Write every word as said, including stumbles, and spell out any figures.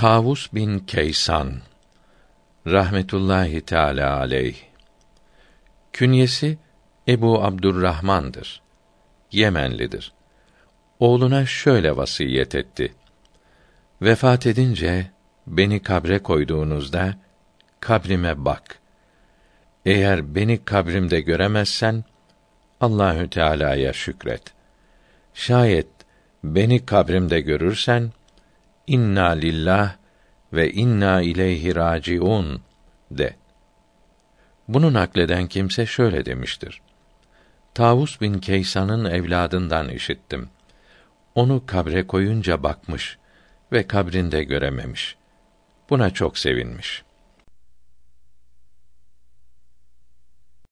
Tavus bin Keysan rahmetullahi teâlâ aleyh, künyesi Ebu Abdurrahman'dır. Yemenlidir. Oğluna şöyle vasiyet etti: Vefat edince beni kabre koyduğunuzda kabrime bak. Eğer beni kabrimde göremezsen Allahü Teala'ya şükret. Şayet beni kabrimde görürsen inna lillah ve inna ileyhi raciun de. Bunu nakleden kimse şöyle demiştir: Tavus bin Keysan'ın evladından işittim. Onu kabre koyunca bakmış ve kabrinde görememiş. Buna çok sevinmiş.